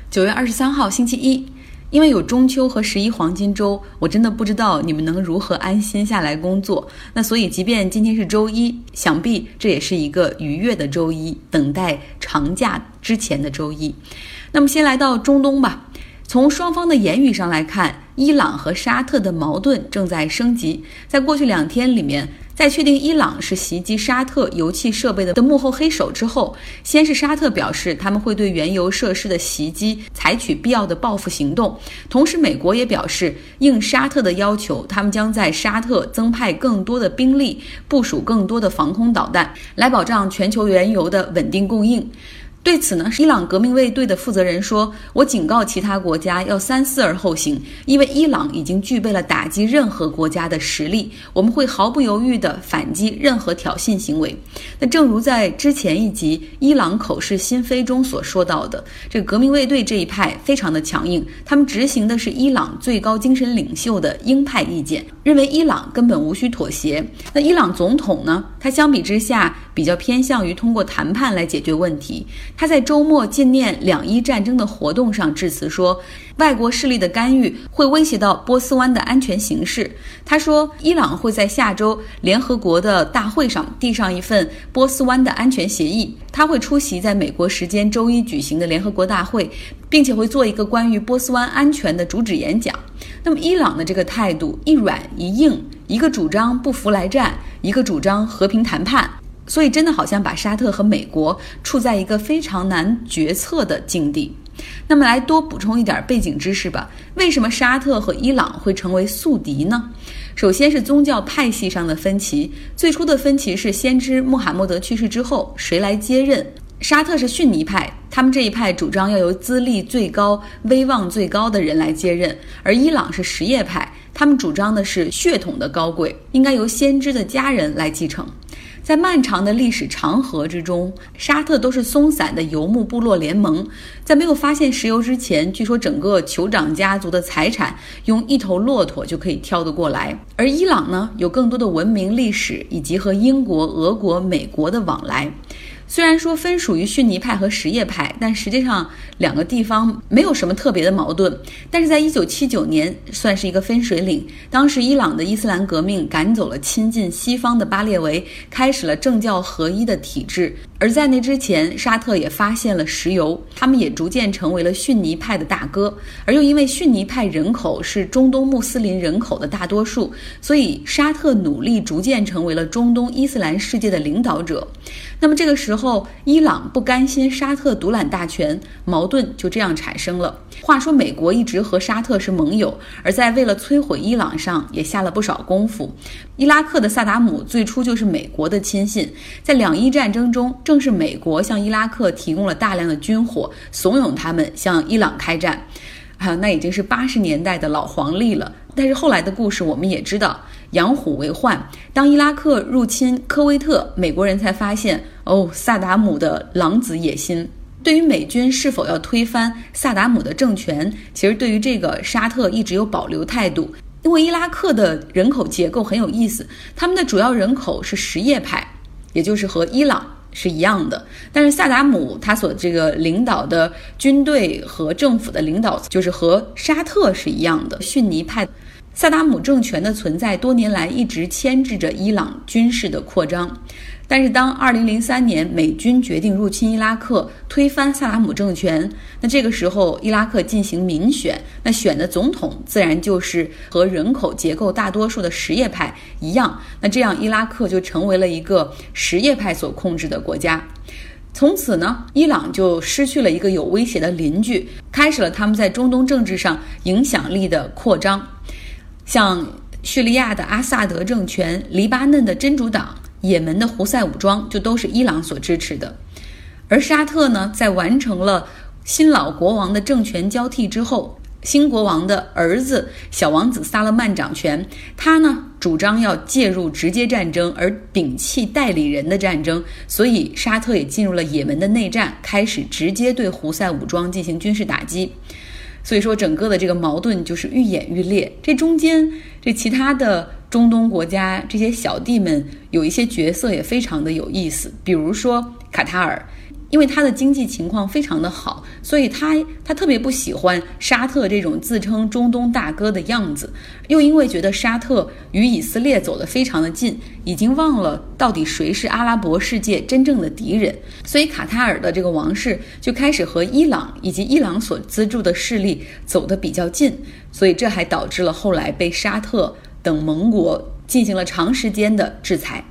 9月23号星期一，因为有中秋和11黄金周，我真的不知道你们能如何安心下来工作。那所以即便今天是周一，想必这也是一个愉悦的周一，等待长假之前的周一。那么先来到中东吧。从双方的言语上来看，伊朗和沙特的矛盾正在升级。在过去2天里面，在确定伊朗是袭击沙特油气设备的幕后黑手之后，先是沙特表示他们会对原油设施的袭击采取必要的报复行动，同时美国也表示应沙特的要求，他们将在沙特增派更多的兵力，部署更多的防空导弹，来保障全球原油的稳定供应。对此呢，伊朗革命卫队的负责人说，我警告其他国家要三思而后行，因为伊朗已经具备了打击任何国家的实力，我们会毫不犹豫地反击任何挑衅行为。那正如在之前一集伊朗口是心非中所说到的，这个革命卫队这一派非常的强硬，他们执行的是伊朗最高精神领袖的鹰派意见，认为伊朗根本无需妥协。那伊朗总统呢，他相比之下比较偏向于通过谈判来解决问题。他在周末纪念2·1战争的活动上致辞说，外国势力的干预会威胁到波斯湾的安全形势。他说，伊朗会在下周联合国的大会上递上一份波斯湾的安全协议，他会出席在美国时间周一举行的联合国大会，并且会做一个关于波斯湾安全的主旨演讲。那么伊朗的这个态度一软一硬，一个主张不服来战，一个主张和平谈判，所以真的好像把沙特和美国处在一个非常难决策的境地。那么来多补充一点背景知识吧。为什么沙特和伊朗会成为宿敌呢？首先是宗教派系上的分歧。最初的分歧是先知穆罕默德去世之后谁来接任。沙特是逊尼派，他们这一派主张要由资历最高、威望最高的人来接任，而伊朗是什叶派，他们主张的是血统的高贵，应该由先知的家人来继承。在漫长的历史长河之中，沙特都是松散的游牧部落联盟，在没有发现石油之前，据说整个酋长家族的财产用一头骆驼就可以挑得过来。而伊朗呢，有更多的文明历史以及和英国、俄国、美国的往来。虽然说分属于逊尼派和什叶派，但实际上两个地方没有什么特别的矛盾。但是在1979年算是一个分水岭，当时伊朗的伊斯兰革命赶走了亲近西方的巴列维，开始了政教合一的体制。而在那之前，沙特也发现了石油，他们也逐渐成为了逊尼派的大哥。而又因为逊尼派人口是中东穆斯林人口的大多数，所以沙特努力逐渐成为了中东伊斯兰世界的领导者。那么这个时候，伊朗不甘心沙特独揽大权，矛盾就这样产生了。话说美国一直和沙特是盟友，而在为了摧毁伊朗上也下了不少功夫。伊拉克的萨达姆最初就是美国的亲信，在2·1战争中，正是美国向伊拉克提供了大量的军火，怂恿他们向伊朗开战。那已经是80年代的老黄历了。但是后来的故事我们也知道，养虎为患。当伊拉克入侵科威特，美国人才发现，萨达姆的狼子野心。对于美军是否要推翻萨达姆的政权，其实对于这个沙特一直有保留态度。因为伊拉克的人口结构很有意思，他们的主要人口是什叶派，也就是和伊朗是一样的。但是萨达姆他所这个领导的军队和政府的领导就是和沙特是一样的逊尼派。萨达姆政权的存在多年来一直牵制着伊朗军事的扩张。但是当2003年美军决定入侵伊拉克，推翻萨达姆政权，那这个时候伊拉克进行民选，那选的总统自然就是和人口结构大多数的什叶派一样，那这样伊拉克就成为了一个什叶派所控制的国家。从此呢，伊朗就失去了一个有威胁的邻居，开始了他们在中东政治上影响力的扩张。像叙利亚的阿萨德政权、黎巴嫩的真主党、也门的胡塞武装就都是伊朗所支持的。而沙特呢，在完成了新老国王的政权交替之后，新国王的儿子小王子萨勒曼掌权，他呢主张要介入直接战争，而摒弃代理人的战争，所以沙特也进入了也门的内战，开始直接对胡塞武装进行军事打击。所以说整个的这个矛盾就是愈演愈烈。这中间这其他的中东国家这些小弟们有一些角色也非常的有意思，比如说卡塔尔。 因为他的经济情况非常的好，所以他特别不喜欢沙特这种自称中东大哥的样子，又因为觉得沙特与以色列走得非常的近，已经忘了到底谁是阿拉伯世界真正的敌人，所以卡塔尔的这个王室就开始和伊朗以及伊朗所资助的势力走得比较近，所以这还导致了后来被沙特等盟国进行了长时间的制裁。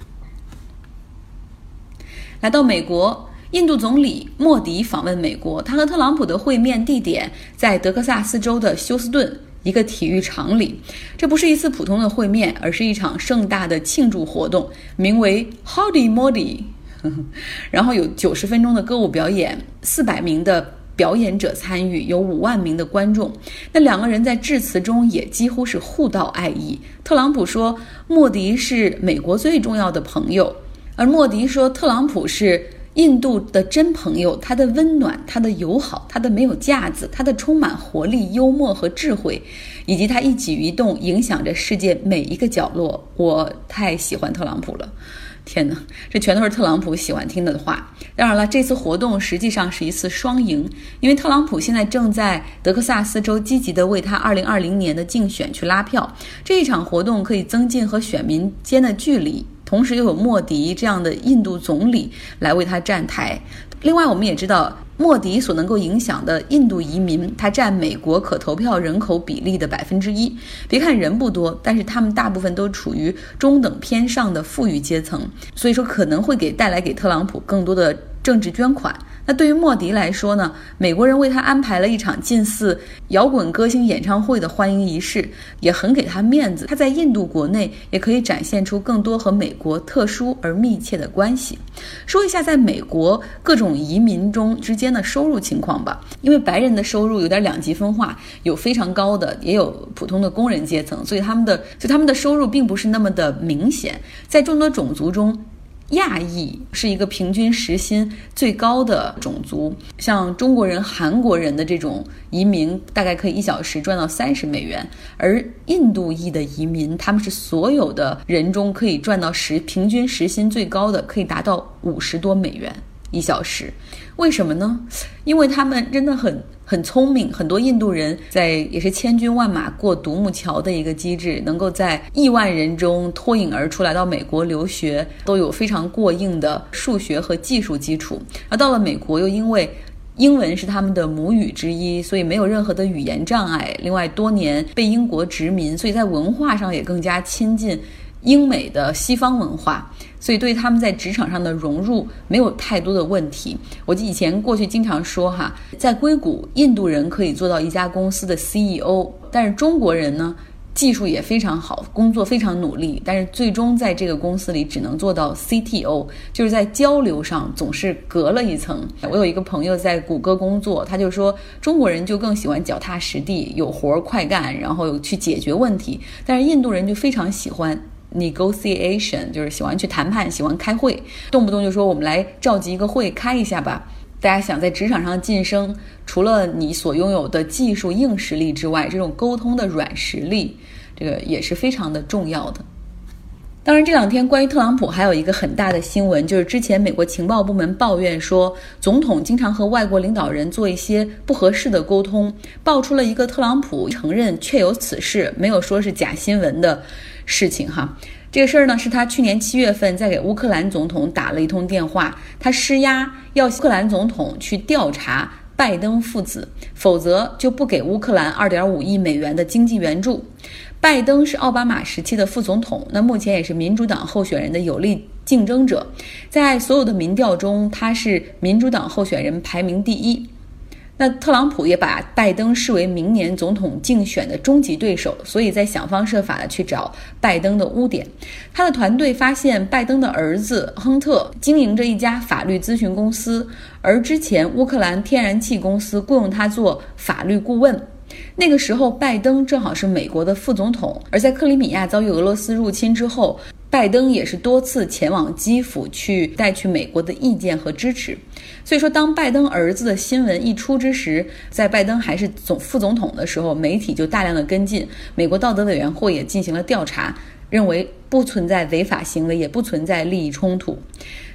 来到美国，印度总理莫迪访问美国，他和特朗普的会面地点在德克萨斯州的休斯顿一个体育场里。这不是一次普通的会面，而是一场盛大的庆祝活动，名为 Howdy Modi 然后有90分钟的歌舞表演，400名的表演者参与，有5万名的观众。那两个人在致辞中也几乎是互道爱意。特朗普说莫迪是美国最重要的朋友，而莫迪说特朗普是印度的真朋友，他的温暖，他的友好，他的没有架子，他的充满活力、幽默和智慧，以及他一举一动影响着世界每一个角落。我太喜欢特朗普了。天哪，这全都是特朗普喜欢听的话。当然了，这次活动实际上是一次双赢，因为特朗普现在正在德克萨斯州积极地为他2020年的竞选去拉票，这一场活动可以增进和选民间的距离，同时又有莫迪这样的印度总理来为他站台。另外我们也知道，莫迪所能够影响的印度移民，他占美国可投票人口比例的1%。别看人不多，但是他们大部分都处于中等偏上的富裕阶层，所以说可能会带来给特朗普更多的政治捐款。那对于莫迪来说呢，美国人为他安排了一场近似摇滚歌星演唱会的欢迎仪式，也很给他面子。他在印度国内也可以展现出更多和美国特殊而密切的关系。说一下在美国各种移民中之间的收入情况吧，因为白人的收入有点两极分化，有非常高的，也有普通的工人阶层，所以他们的收入并不是那么的明显。在众多种族中，亚裔是一个平均时薪最高的种族，像中国人、韩国人的这种移民大概可以1小时赚到$30，而印度裔的移民，他们是所有的人中可以赚到平均时薪最高的，可以达到$50多1小时。为什么呢？因为他们真的很聪明，很多印度人也是千军万马过独木桥的一个机制，能够在亿万人中脱颖而出来到美国留学，都有非常过硬的数学和技术基础。而到了美国，又因为英文是他们的母语之一，所以没有任何的语言障碍。另外多年被英国殖民，所以在文化上也更加亲近英美的西方文化，所以对他们在职场上的融入没有太多的问题。我以前过去经常说在硅谷，印度人可以做到一家公司的 CEO， 但是中国人呢，技术也非常好，工作非常努力，但是最终在这个公司里只能做到 CTO， 就是在交流上总是隔了一层。我有一个朋友在谷歌工作，他就说中国人就更喜欢脚踏实地，有活快干，然后去解决问题，但是印度人就非常喜欢negotiation， 就是喜欢去谈判，喜欢开会，动不动就说我们来召集一个会开一下吧。大家想在职场上晋升，除了你所拥有的技术硬实力之外，这种沟通的软实力，这个也是非常的重要的。当然这两天关于特朗普还有一个很大的新闻，就是之前美国情报部门抱怨说总统经常和外国领导人做一些不合适的沟通，爆出了一个特朗普承认确有此事，没有说是假新闻的事情这个事儿呢，是他去年7月份在给乌克兰总统打了一通电话，他施压要乌克兰总统去调查拜登父子，否则就不给乌克兰2.5亿美元的经济援助。拜登是奥巴马时期的副总统，那目前也是民主党候选人的有力竞争者，在所有的民调中，他是民主党候选人排名第1。那特朗普也把拜登视为明年总统竞选的终极对手，所以在想方设法的去找拜登的污点。他的团队发现拜登的儿子亨特经营着一家法律咨询公司，而之前乌克兰天然气公司雇佣他做法律顾问。那个时候拜登正好是美国的副总统，而在克里米亚遭遇俄罗斯入侵之后，拜登也是多次前往基辅去带去美国的意见和支持。所以说当拜登儿子的新闻一出之时，在拜登还是副总统的时候，媒体就大量的跟进，美国道德委员会也进行了调查，认为不存在违法行为，也不存在利益冲突。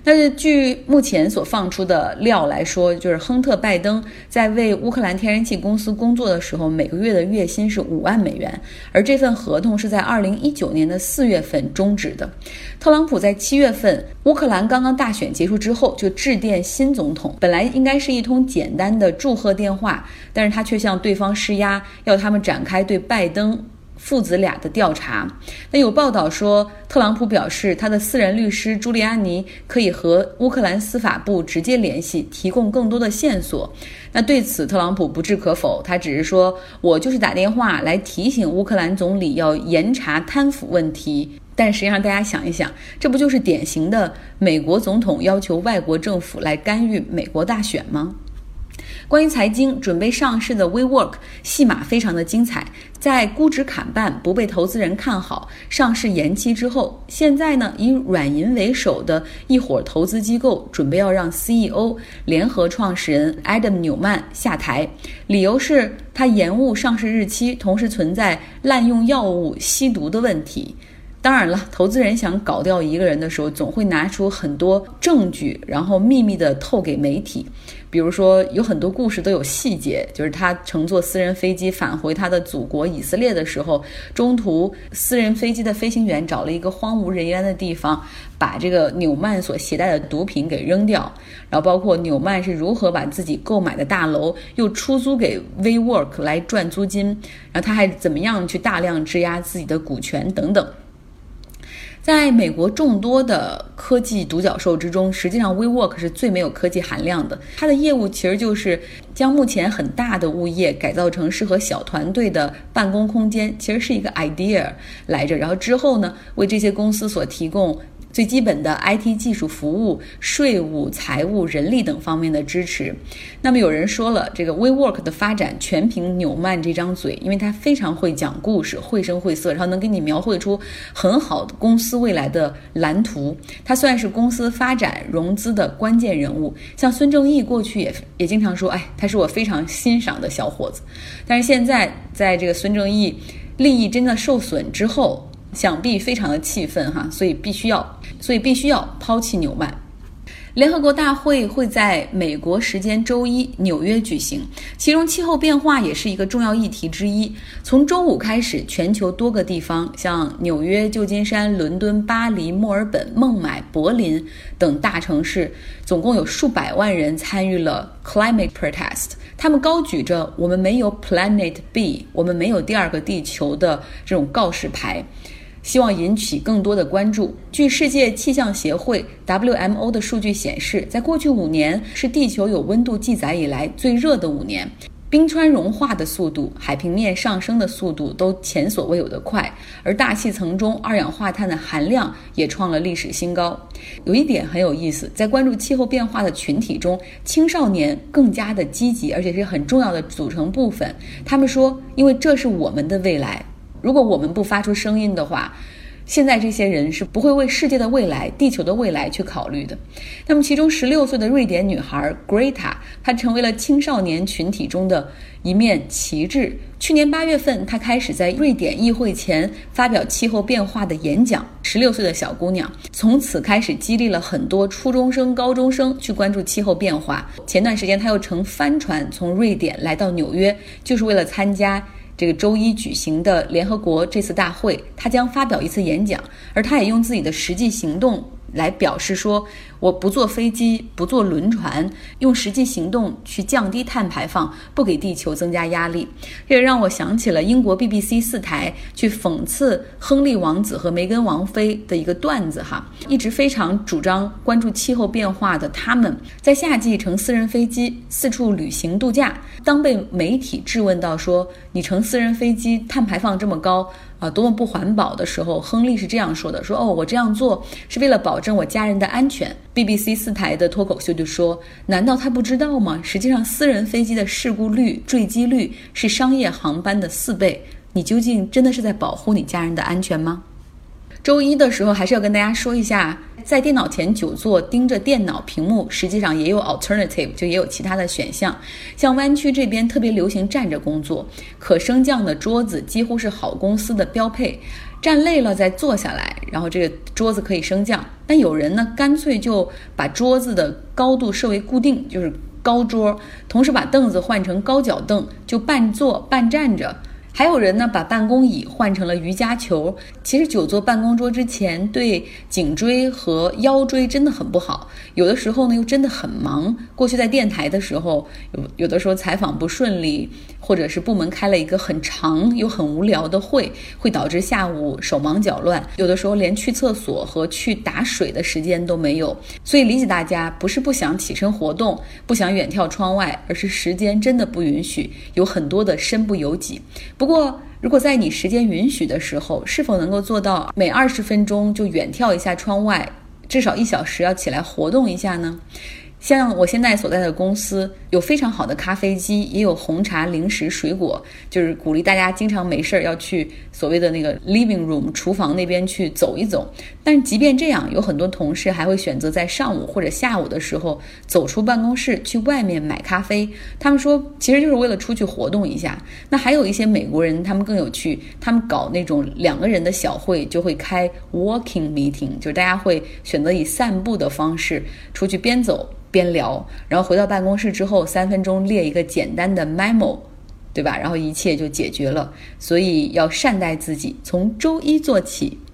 但是据目前所放出的料来说，就是亨特·拜登在为乌克兰天然气公司工作的时候，每个月的月薪是5万美元，而这份合同是在2019年的4月份终止的。特朗普在7月份乌克兰刚刚大选结束之后就致电新总统，本来应该是一通简单的祝贺电话，但是他却向对方施压，要他们展开对拜登父子俩的调查。那有报道说，特朗普表示他的私人律师朱利安尼可以和乌克兰司法部直接联系，提供更多的线索。那对此特朗普不置可否，他只是说，我就是打电话来提醒乌克兰总理要严查贪腐问题。但实际上大家想一想，这不就是典型的美国总统要求外国政府来干预美国大选吗？关于财经，准备上市的 WeWork 戏码非常的精彩，在估值砍半不被投资人看好，上市延期之后，现在呢以软银为首的一伙投资机构准备要让 CEO 联合创始人 Adam Neumann 下台，理由是他延误上市日期，同时存在滥用药物、吸毒的问题。当然了，投资人想搞掉一个人的时候，总会拿出很多证据，然后秘密的透给媒体。比如说，有很多故事都有细节，就是他乘坐私人飞机返回他的祖国以色列的时候，中途私人飞机的飞行员找了一个荒无人烟的地方，把这个纽曼所携带的毒品给扔掉，然后包括纽曼是如何把自己购买的大楼又出租给 WeWork 来赚租金，然后他还怎么样去大量质押自己的股权等等。在美国众多的科技独角兽之中，实际上 WeWork 是最没有科技含量的。它的业务其实就是将目前很大的物业改造成适合小团队的办公空间，其实是一个 idea 来着。然后之后呢，为这些公司所提供最基本的 IT 技术服务、税务、财务、人力等方面的支持。那么有人说了，这个 WeWork 的发展全凭纽曼这张嘴，因为他非常会讲故事，绘声绘色，然后能给你描绘出很好的公司未来的蓝图。他算是公司发展融资的关键人物。像孙正义过去也经常说，他是我非常欣赏的小伙子。但是现在在这个孙正义利益真的受损之后，想必非常的气愤哈，所以必须要抛弃纽曼。联合国大会会在美国时间周一纽约举行，其中气候变化也是一个重要议题之一。从周五开始，全球多个地方，像纽约、旧金山、伦敦、巴黎、墨尔本、孟买、柏林等大城市，总共有数百万人参与了 Climate Protest。他们高举着我们没有 Planet B， 我们没有第二个地球的这种告示牌，希望引起更多的关注。据世界气象协会 WMO 的数据显示，在过去5年是地球有温度记载以来最热的5年，冰川融化的速度、海平面上升的速度都前所未有的快，而大气层中二氧化碳的含量也创了历史新高。有一点很有意思，在关注气候变化的群体中，青少年更加的积极，而且是很重要的组成部分。他们说，因为这是我们的未来，如果我们不发出声音的话，现在这些人是不会为世界的未来、地球的未来去考虑的。那么其中16岁的瑞典女孩 Greta， 她成为了青少年群体中的一面旗帜。去年8月份，她开始在瑞典议会前发表气候变化的演讲。16岁的小姑娘从此开始激励了很多初中生、高中生去关注气候变化。前段时间她又乘帆船从瑞典来到纽约，就是为了参加这个周一举行的联合国这次大会，他将发表一次演讲，而他也用自己的实际行动来表示说，我不坐飞机，不坐轮船，用实际行动去降低碳排放，不给地球增加压力。这也让我想起了英国 BBC 4台去讽刺亨利王子和梅根王妃的一个段子哈，一直非常主张关注气候变化的他们，在夏季乘私人飞机四处旅行度假，当被媒体质问到说，你乘私人飞机碳排放这么高多么不环保的时候，亨利是这样说的，说我这样做是为了保证我家人的安全。BBC 4台的脱口秀就说，难道他不知道吗？实际上私人飞机的事故率、坠机率是商业航班的4倍，你究竟真的是在保护你家人的安全吗？周一的时候还是要跟大家说一下，在电脑前久坐盯着电脑屏幕，实际上也有 alternative， 就也有其他的选项。像湾区这边特别流行站着工作，可升降的桌子几乎是好公司的标配。 站累了再坐下来，然后这个桌子可以升降。但有人呢，干脆就把桌子的高度设为固定，就是高桌，同时把凳子换成高脚凳，就半坐半站着。还有人呢，把办公椅换成了瑜伽球。其实久坐办公桌之前，对颈椎和腰椎真的很不好。有的时候呢，又真的很忙。过去在电台的时候，有的时候采访不顺利，或者是部门开了一个很长又很无聊的会，会导致下午手忙脚乱。有的时候连去厕所和去打水的时间都没有。所以理解大家，不是不想起身活动，不想远眺窗外，而是时间真的不允许，有很多的身不由己。不过如果在你时间允许的时候，是否能够做到每20分钟就远眺一下窗外，至少1小时要起来活动一下呢？像我现在所在的公司有非常好的咖啡机，也有红茶、零食、水果，就是鼓励大家经常没事要去所谓的那个 living room 厨房那边去走一走。但即便这样，有很多同事还会选择在上午或者下午的时候走出办公室去外面买咖啡。他们说其实就是为了出去活动一下。那还有一些美国人，他们更有趣，他们搞那种2个人的小会，就会开 walking meeting， 就是大家会选择以散步的方式出去边走边聊，然后回到办公室之后3分钟列一个简单的 memo， 对吧？然后一切就解决了。所以要善待自己，从周一做起。